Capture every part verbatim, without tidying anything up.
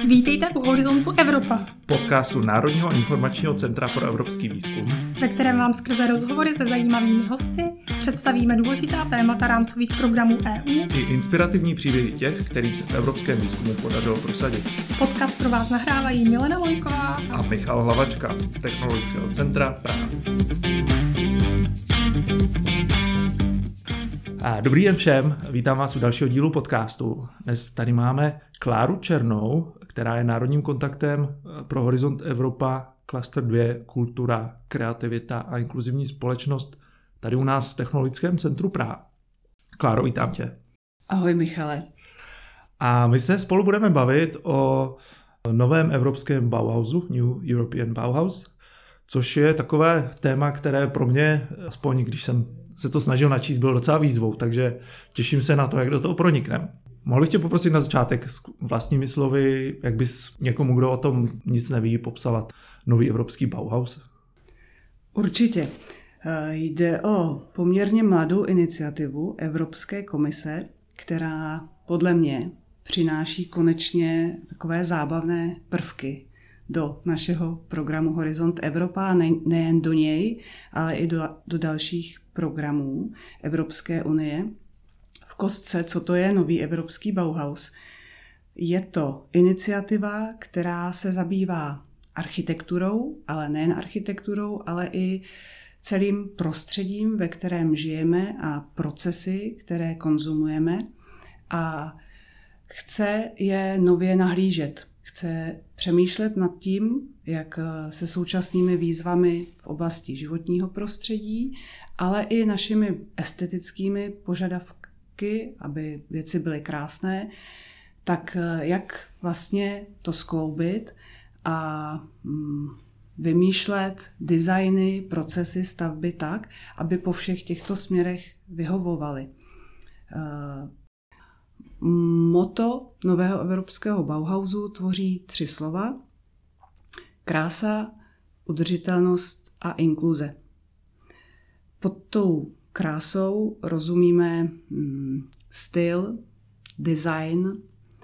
Vítejte u Horizontu Evropa, podcastu Národního informačního centra pro evropský výzkum, ve kterém vám skrze rozhovory se zajímavými hosty představíme důležitá témata rámcových programů E U i inspirativní příběhy těch, kterým se v evropském výzkumu podařilo prosadit. Podcast pro vás nahrávají Milena Vojková a Michal Hlavačka z Technologického centra Praha. A dobrý den všem, vítám vás u dalšího dílu podcastu. Dnes tady máme Kláru Černou, která je národním kontaktem pro Horizont Evropa, Cluster dva, kultura, kreativita a inkluzivní společnost tady u nás v Technologickém centru Praha. Kláro, vítám tě. Ahoj Michale. A my se spolu budeme bavit o novém evropském Bauhausu, New European Bauhaus, což je takové téma, které pro mě, aspoň když jsem se to snažil načíst, bylo docela výzvou, takže těším se na to, jak do toho pronikneme. Mohli tě poprosit na začátek vlastními slovy, jak bys někomu, kdo o tom nic neví, popsala nový evropský Bauhaus? Určitě. Jde o poměrně mladou iniciativu Evropské komise, která podle mě přináší konečně takové zábavné prvky do našeho programu Horizont Evropa, ne, nejen do něj, ale i do, do dalších programů Evropské unie. V kostce, co to je nový evropský Bauhaus? Je to iniciativa, která se zabývá architekturou, ale nejen architekturou, ale i celým prostředím, ve kterém žijeme a procesy, které konzumujeme, a chce je nově nahlížet. Chce přemýšlet nad tím, jak se současnými výzvami v oblasti životního prostředí, ale i našimi estetickými požadavky, aby věci byly krásné, tak jak vlastně to skloubit a vymýšlet designy, procesy, stavby tak, aby po všech těchto směrech vyhovovaly. Motto nového evropského Bauhausu tvoří tři slova: krása, udržitelnost a inkluze. Pod tou krásou rozumíme styl, design,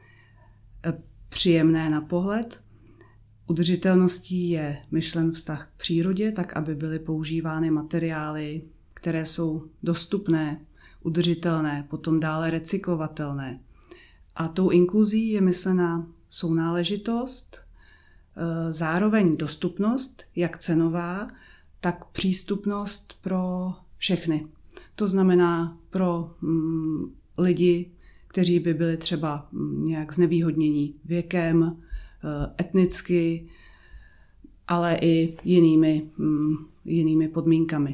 příjemné na pohled. Udržitelností je myšlen vztah k přírodě, tak aby byly používány materiály, které jsou dostupné, udržitelné, potom dále recyklovatelné. A tou inkluzí je myslená sounáležitost, zároveň dostupnost, jak cenová, tak přístupnost pro všechny. To znamená pro mm, lidi, kteří by byli třeba nějak znevýhodnění věkem, etnicky, ale i jinými, mm, jinými podmínkami.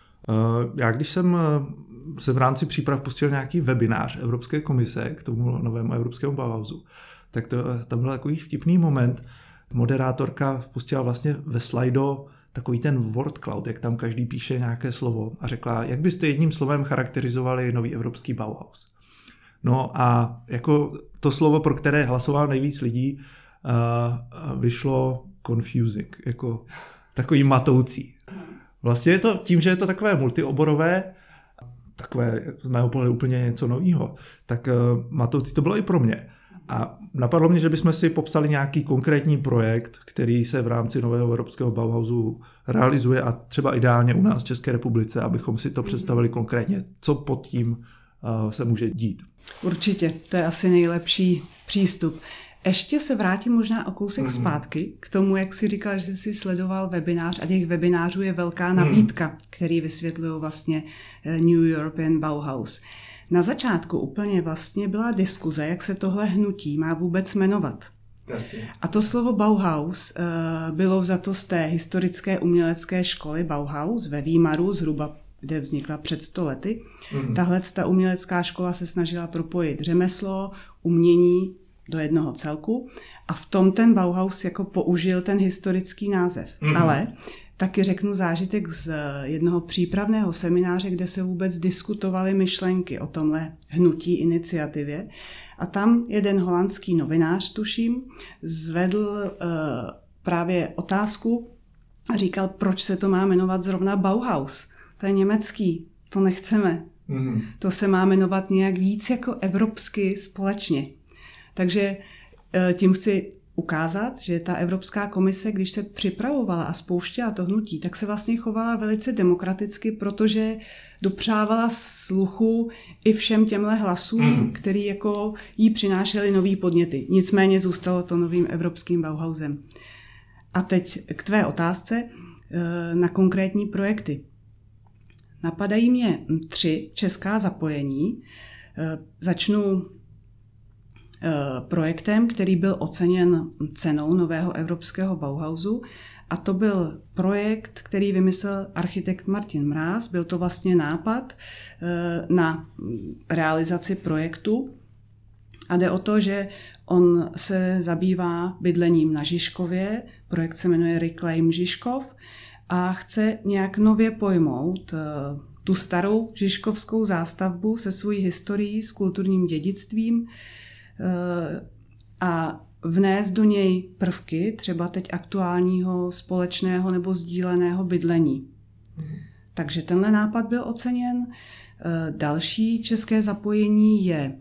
Já když jsem se v rámci příprav pustil nějaký webinář Evropské komise k tomu novému evropskému Bauhausu, tak to, tam byl takový vtipný moment. Moderátorka pustila vlastně ve slajdo takový ten word cloud, jak tam každý píše nějaké slovo, a řekla, jak byste jedním slovem charakterizovali nový evropský Bauhaus. No a jako to slovo, pro které hlasoval nejvíc lidí, uh, vyšlo confusing, jako takový matoucí. Vlastně je to tím, že je to takové multioborové, takové z mého pohledu úplně něco nového, tak uh, matoucí to bylo i pro mě. A napadlo mě, že bychom si popsali nějaký konkrétní projekt, který se v rámci nového evropského Bauhausu realizuje, a třeba ideálně u nás v České republice, abychom si to představili konkrétně, co pod tím uh, se může dít. Určitě, to je asi nejlepší přístup. Ještě se vrátím možná o kousek mm. zpátky k tomu, jak jsi říkal, že jsi sledoval webinář, a těch webinářů je velká nabídka, mm. který vysvětlují vlastně New European Bauhaus. Na začátku úplně vlastně byla diskuze, jak se tohle hnutí má vůbec jmenovat. A to slovo Bauhaus uh, bylo vzato z té historické umělecké školy Bauhaus ve Výmaru, zhruba kde vznikla před sto lety. Mm. Tahle ta umělecká škola se snažila propojit řemeslo, umění do jednoho celku, a v tom ten Bauhaus jako použil ten historický název. Mm. Ale taky řeknu zážitek z jednoho přípravného semináře, kde se vůbec diskutovaly myšlenky o tomhle hnutí, iniciativě. A tam jeden holandský novinář, tuším, zvedl uh, právě otázku a říkal, proč se to má jmenovat zrovna Bauhaus. To je německý, to nechceme. Mm. To se má jmenovat nějak víc jako evropsky společně. Takže uh, tím chci ukázat, že ta Evropská komise, když se připravovala a spouštěla to hnutí, tak se vlastně chovala velice demokraticky, protože dopřávala sluchu i všem těmhle hlasům, mm. který jako jí přinášely nový podněty. Nicméně zůstalo to novým evropským Bauhausem. A teď k tvé otázce na konkrétní projekty. Napadají mě tři česká zapojení. Začnu projektem, který byl oceněn cenou nového evropského Bauhausu, a to byl projekt, který vymyslel architekt Martin Mráz. Byl to vlastně nápad na realizaci projektu a jde o to, že on se zabývá bydlením na Žižkově, projekt se jmenuje Reclaim Žižkov a chce nějak nově pojmout tu starou žižkovskou zástavbu se svojí historií, s kulturním dědictvím a vnést do něj prvky, třeba teď aktuálního společného nebo sdíleného bydlení. Mm. Takže tenhle nápad byl oceněn. Další české zapojení je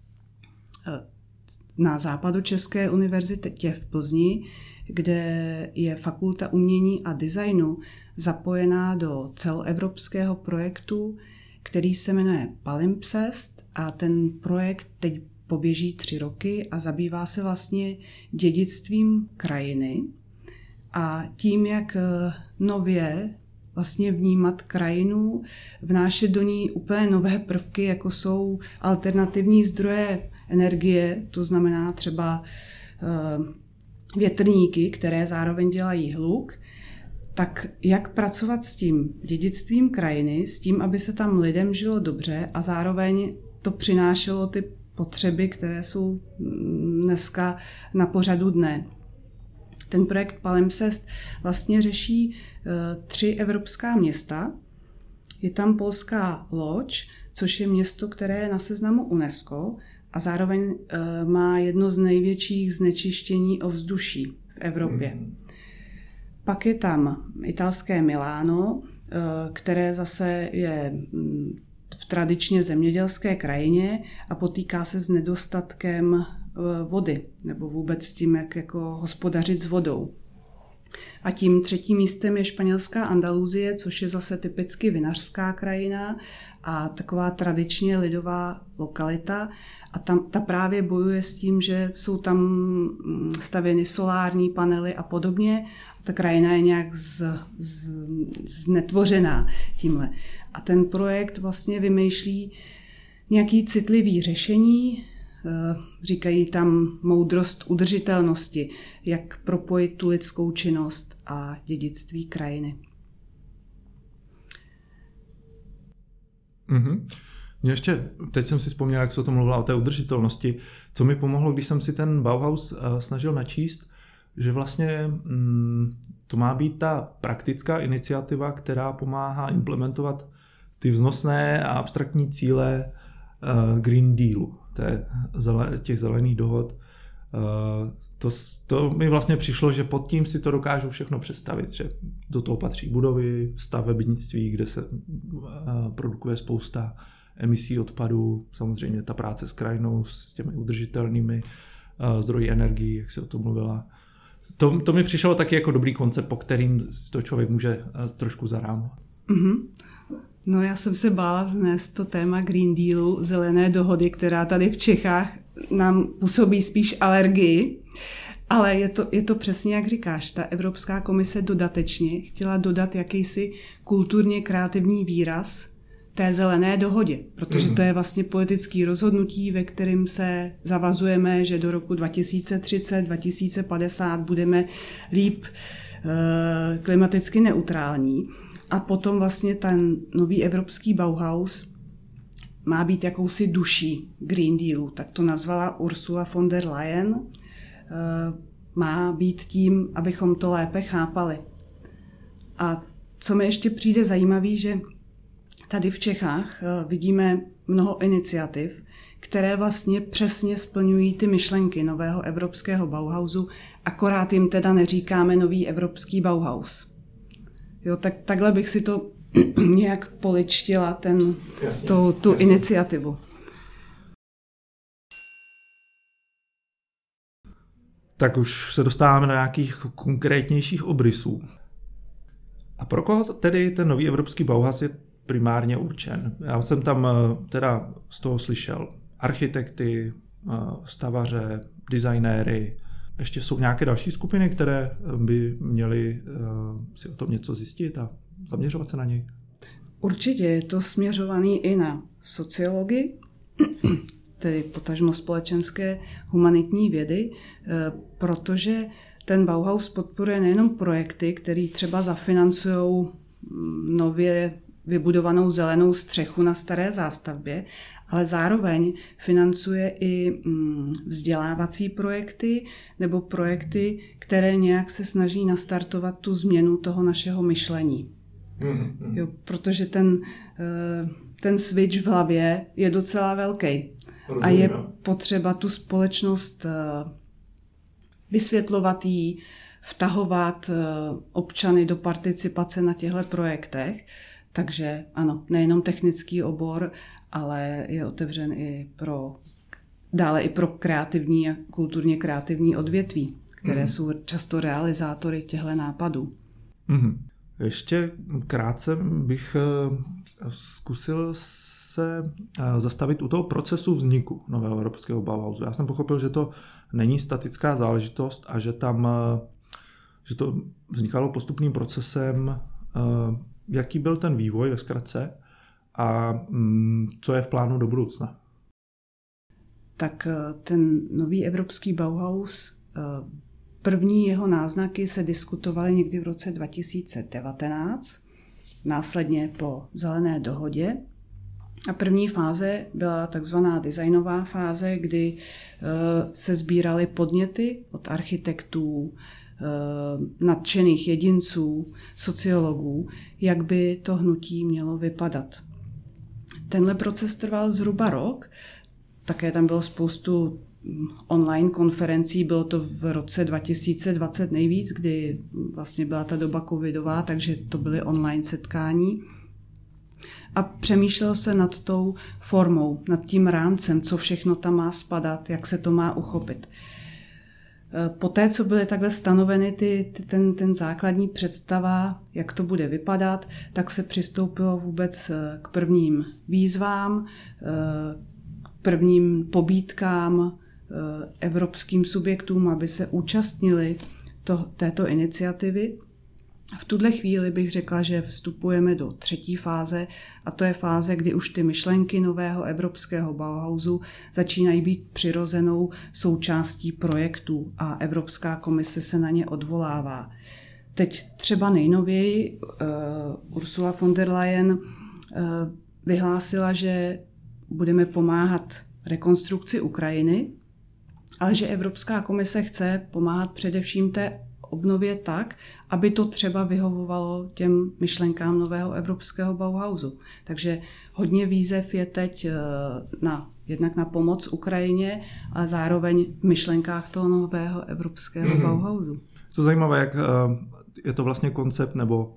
na Západočeské univerzitě v Plzni, kde je Fakulta umění a designu zapojená do celoevropského projektu, který se jmenuje Palimpsest, a ten projekt teď poběží tři roky a zabývá se vlastně dědictvím krajiny a tím, jak nově vlastně vnímat krajinu, vnášet do ní úplně nové prvky, jako jsou alternativní zdroje energie, to znamená třeba větrníky, které zároveň dělají hluk, tak jak pracovat s tím dědictvím krajiny, s tím, aby se tam lidem žilo dobře a zároveň to přinášelo ty potřeby, které jsou dneska na pořadu dne. Ten projekt Palimpsest vlastně řeší tři evropská města. Je tam polská Łódź, což je město, které je na seznamu UNESCO a zároveň má jedno z největších znečištění ovzduší v Evropě. Mm. Pak je tam italské Miláno, které zase je v tradičně zemědělské krajině a potýká se s nedostatkem vody nebo vůbec s tím, jak jako hospodařit s vodou. A tím třetím místem je španělská Andaluzie, což je zase typicky vinařská krajina a taková tradičně lidová lokalita. A tam, ta právě bojuje s tím, že jsou tam stavěny solární panely a podobně. Ta krajina je nějak z, z, znetvořená tímhle. A ten projekt vlastně vymýšlí nějaký citlivý řešení, říkají tam moudrost udržitelnosti, jak propojit tu lidskou činnost a dědictví krajiny. Mm-hmm. Mě ještě, teď jsem si vzpomněl, jak se o tom mluvila, o té udržitelnosti, co mi pomohlo, když jsem si ten Bauhaus snažil načíst, že vlastně mm, to má být ta praktická iniciativa, která pomáhá implementovat ty vznosné a abstraktní cíle uh, Green Dealu, té, těch zelených dohod. Uh, to, to mi vlastně přišlo, že pod tím si to dokážu všechno představit, že do toho patří budovy, stavebnictví, kde se uh, produkuje spousta emisí odpadů, samozřejmě ta práce s krajinou, s těmi udržitelnými uh, zdroji energií, jak si o tom mluvila. To, to mi přišlo taky jako dobrý koncept, po kterým to člověk může trošku zarámovat. Mm-hmm. No já jsem se bála vznést to téma Green Dealu, zelené dohody, která tady v Čechách nám působí spíš alergii, ale je to, je to přesně jak říkáš, ta Evropská komise dodatečně chtěla dodat jakýsi kulturně kreativní výraz té zelené dohodě, protože to je vlastně politický rozhodnutí, ve kterém se zavazujeme, že do roku dva tisíce třicet, dva tisíce padesát budeme líp e, klimaticky neutrální. A potom vlastně ten nový evropský Bauhaus má být jakousi duší Green Dealu, tak to nazvala Ursula von der Leyen. E, má být tím, abychom to lépe chápali. A co mi ještě přijde zajímavý, že tady v Čechách vidíme mnoho iniciativ, které vlastně přesně splňují ty myšlenky nového evropského Bauhausu, akorát jim teda neříkáme nový evropský Bauhaus. Jo, tak takhle bych si to nějak poličtila, ten, jasně, tu, tu jasně. iniciativu. tak už se dostáváme do nějakých konkrétnějších obrysů. A pro koho tedy ten nový evropský Bauhaus je primárně určen? Já jsem tam teda z toho slyšel architekty, stavaře, designéry. Ještě jsou nějaké další skupiny, které by měly si o tom něco zjistit a zaměřovat se na něj? Určitě je to směřovaný i na sociologii, tedy potažmo společenské humanitní vědy, protože ten Bauhaus podporuje nejenom projekty, které třeba zafinancují nově vybudovanou zelenou střechu na staré zástavbě, ale zároveň financuje i vzdělávací projekty nebo projekty, které nějak se snaží nastartovat tu změnu toho našeho myšlení. Mm-hmm. Jo, protože ten, ten switch v hlavě je docela velký. A je potřeba tu společnost vysvětlovat jí, vtahovat občany do participace na těchto projektech. Takže ano, nejenom technický obor, ale je otevřen i pro, dále i pro kreativní a kulturně kreativní odvětví, které mm. jsou často realizátory těchto nápadů. Mm. Ještě krátce bych zkusil se zastavit u toho procesu vzniku nového evropského Bauhausu. Já jsem pochopil, že to není statická záležitost a že tam že to vznikalo postupným procesem. Jaký byl ten vývoj ve zkratce a co je v plánu do budoucna? Tak ten nový evropský Bauhaus, první jeho náznaky se diskutovaly někdy v roce dva tisíce devatenáct, následně po Zelené dohodě. A první fáze byla takzvaná designová fáze, kdy se sbíraly podněty od architektů, nadšených jedinců, sociologů, jak by to hnutí mělo vypadat. Tenhle proces trval zhruba rok, také tam bylo spoustu online konferencí, bylo to v roce dva tisíce dvacet nejvíc, kdy vlastně byla ta doba covidová, takže to byly online setkání. A přemýšlelo se nad tou formou, nad tím rámcem, co všechno tam má spadat, jak se to má uchopit. Poté, co byly takhle stanoveny ty, ten, ten základní představa, jak to bude vypadat, tak se přistoupilo vůbec k prvním výzvám, k prvním pobídkám evropským subjektům, aby se účastnili to, této iniciativy. V tuhle chvíli bych řekla, že vstupujeme do třetí fáze a to je fáze, kdy už ty myšlenky nového evropského Bauhausu začínají být přirozenou součástí projektů a Evropská komise se na ně odvolává. Teď třeba nejnověji uh, Ursula von der Leyen uh, vyhlásila, že budeme pomáhat rekonstrukci Ukrajiny, ale že Evropská komise chce pomáhat především té obnově tak, aby to třeba vyhovovalo těm myšlenkám nového evropského Bauhausu. Takže hodně výzev je teď na, jednak na pomoc Ukrajině, ale zároveň v myšlenkách toho nového evropského mm-hmm. Bauhausu. To zajímavé, jak je to vlastně koncept nebo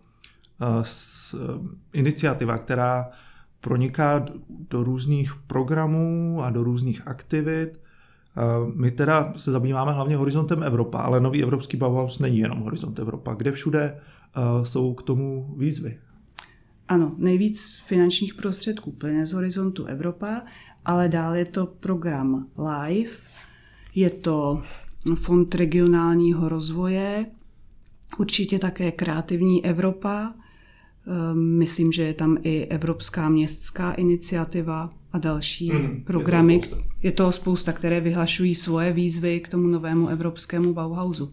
iniciativa, která proniká do různých programů a do různých aktivit. My teda se zabýváme hlavně horizontem Evropa, ale nový evropský Bauhaus není jenom horizont Evropa. Kde všude uh, jsou k tomu výzvy? Ano, nejvíc finančních prostředků plyne z horizontu Evropa, ale dále je to program LIFE, je to Fond regionálního rozvoje, určitě také Kreativní Evropa, myslím, že je tam i Evropská městská iniciativa a další hmm, programy. Je toho, je toho spousta, které vyhlašují svoje výzvy k tomu novému evropskému Bauhausu.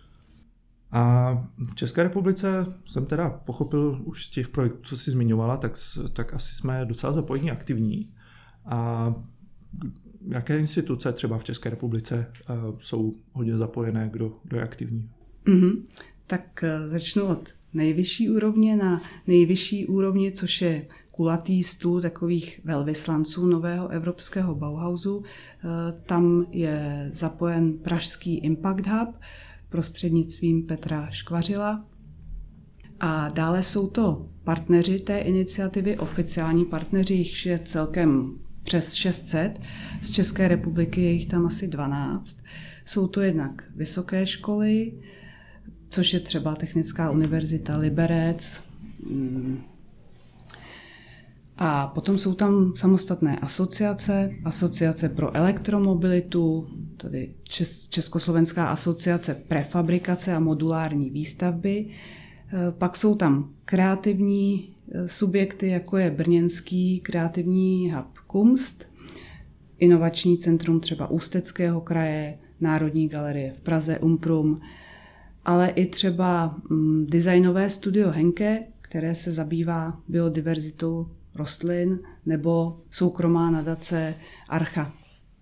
A v České republice jsem teda pochopil už z těch projektů, co jsi zmiňovala, tak, tak asi jsme docela zapojení aktivní. A jaké instituce třeba v České republice uh, jsou hodně zapojené, kdo, kdo je aktivní? Mm-hmm. Tak uh, začnu od nejvyšší úrovně na nejvyšší úrovni, což je kulatý stůl takových velvyslanců nového evropského Bauhausu. Tam je zapojen pražský Impact Hub prostřednictvím Petra Škvařila. A dále jsou to partneři té iniciativy, oficiální partneři, jichž je celkem přes šest set, z České republiky je jich tam asi dvanáct. Jsou to jednak vysoké školy, což je třeba Technická univerzita Liberec, a potom jsou tam samostatné asociace, asociace pro elektromobilitu, tedy Čes- Československá asociace prefabrikace a modulární výstavby. Pak jsou tam kreativní subjekty, jako je brněnský kreativní hub Kunst, inovační centrum třeba Ústeckého kraje, Národní galerie v Praze Umprum, ale i třeba mm, designové studio Henke, které se zabývá biodiverzitou rostlin, nebo soukromá nadace Archa.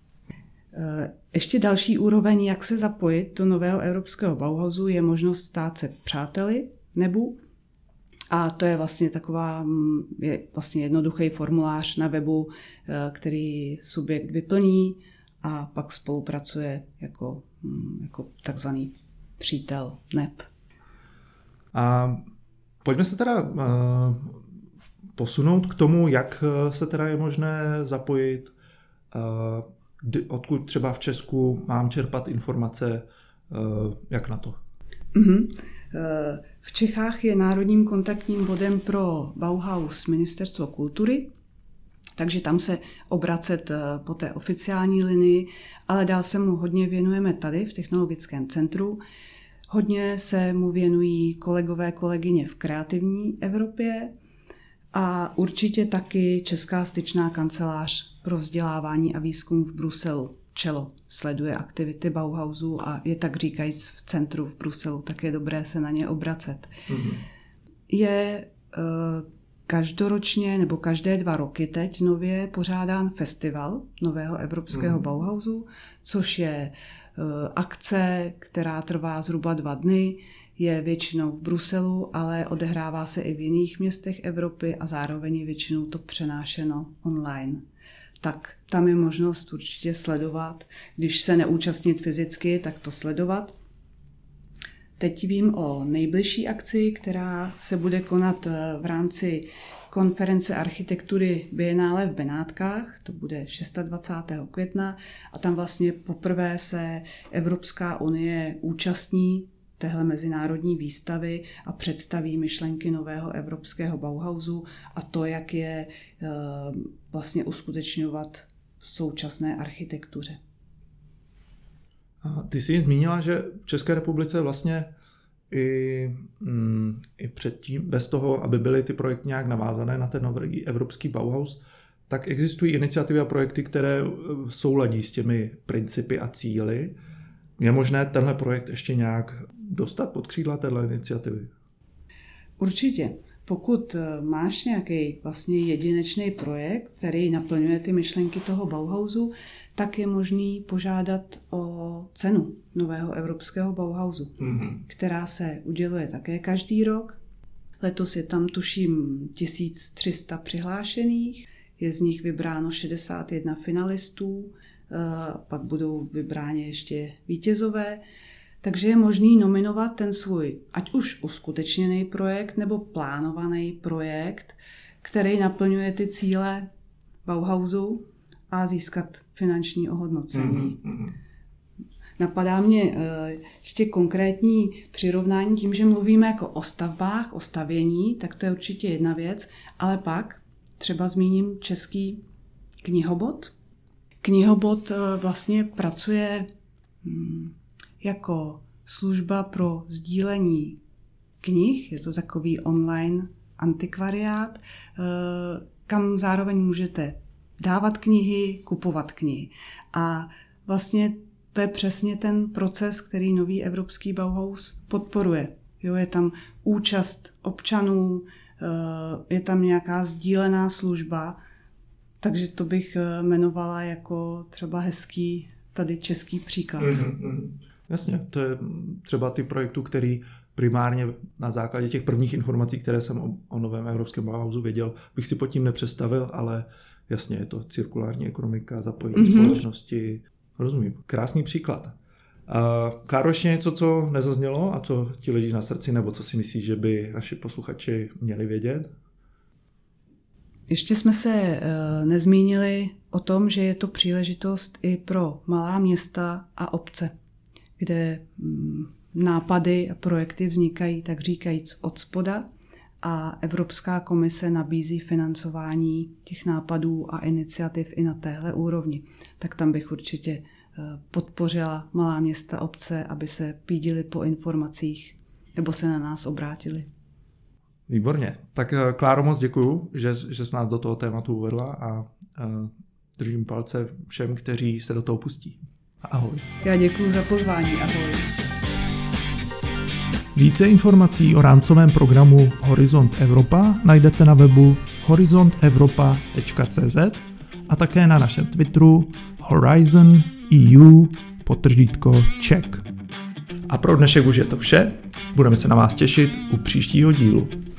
Ještě další úroveň, jak se zapojit do nového evropského Bauhausu, je možnost stát se přáteli nebu. A to je vlastně taková je vlastně jednoduchý formulář na webu, který subjekt vyplní a pak spolupracuje jako, jako takzvaný přítel neb. A pojďme se teda uh, posunout k tomu, jak se teda je možné zapojit, uh, odkud třeba v Česku mám čerpat informace, uh, jak na to? Uh-huh. V Čechách je národním kontaktním bodem pro Bauhaus Ministerstvo kultury, takže tam se obracet po té oficiální linii, ale dál se mu hodně věnujeme tady v Technologickém centru. Hodně se mu věnují kolegové, kolegyně v kreativní Evropě a určitě taky Česká styčná kancelář pro vzdělávání a výzkum v Bruselu. Čelo sleduje aktivity Bauhausu a je tak říkajíc v centru v Bruselu, tak je dobré se na ně obracet. Mm-hmm. Je uh, každoročně nebo každé dva roky teď nově pořádán festival nového evropského mm-hmm. Bauhausu, což je uh, akce, která trvá zhruba dva dny, je většinou v Bruselu, ale odehrává se i v jiných městech Evropy a zároveň je většinou to přenášeno online. Tak tam je možnost určitě sledovat. Když se neúčastnit fyzicky, tak to sledovat. Teď vím o nejbližší akci, která se bude konat v rámci konference architektury Biennále v Benátkách. To bude dvacátého šestého května a tam vlastně poprvé se Evropská unie účastní téhle mezinárodní výstavy a představí myšlenky nového evropského Bauhausu a to, jak je e, vlastně uskutečňovat v současné architektuře. A ty jsi zmínila, že v České republice vlastně i, mm, i předtím, bez toho, aby byly ty projekty nějak navázané na ten nový evropský Bauhaus, tak existují iniciativy a projekty, které souladí s těmi principy a cíli. Je možné tenhle projekt ještě nějak dostat pod křídla téhle iniciativy? Určitě. Pokud máš nějaký vlastně jedinečný projekt, který naplňuje ty myšlenky toho Bauhausu, tak je možný požádat o cenu nového evropského Bauhausu, mm-hmm. která se uděluje také každý rok. Letos je tam tuším tisíc tři sta přihlášených, je z nich vybráno šedesát jedna finalistů, pak budou vybráni ještě vítězové. Takže je možný nominovat ten svůj, ať už uskutečněný projekt nebo plánovaný projekt, který naplňuje ty cíle Bauhausu a získat finanční ohodnocení. Mm-hmm. Napadá mě ještě konkrétní přirovnání tím, že mluvíme jako o stavbách, o stavění, tak to je určitě jedna věc, ale pak třeba zmíním český knihobot. Knihobot vlastně pracuje jako služba pro sdílení knih, je to takový online antikvariát, kam zároveň můžete dávat knihy, kupovat knihy. A vlastně to je přesně ten proces, který nový evropský Bauhaus podporuje. Jo, je tam účast občanů, je tam nějaká sdílená služba, takže to bych jmenovala jako třeba hezký tady český příklad. Mm-hmm. Jasně, to je třeba ty projektu, který primárně na základě těch prvních informací, které jsem o, o novém evropském Bauhausu věděl, bych si pod tím nepředstavil, ale jasně, je to cirkulární ekonomika, zapojení mm-hmm. společnosti. Rozumím. Krásný příklad. Uh, Kláro, ještě něco, co nezaznělo a co ti leží na srdci, nebo co si myslíš, že by naši posluchači měli vědět? Ještě jsme se nezmínili o tom, že je to příležitost i pro malá města a obce, kde nápady a projekty vznikají, tak říkajíc, od spoda a Evropská komise nabízí financování těch nápadů a iniciativ i na téhle úrovni. Tak tam bych určitě podpořila malá města a obce, aby se pídili po informacích nebo se na nás obrátili. Výborně. Tak Kláro, moc děkuju, že, že jsi nás do toho tématu uvedla a, a držím palce všem, kteří se do toho pustí. Ahoj. Já děkuju za pozvání. Ahoj. Více informací o rámcovém programu Horizont Evropa najdete na webu horizont evropa tečka cé zet a také na našem Twitteru Horizon E U podtržítko Czech. A pro dnešek už je to vše. Budeme se na vás těšit u příštího dílu.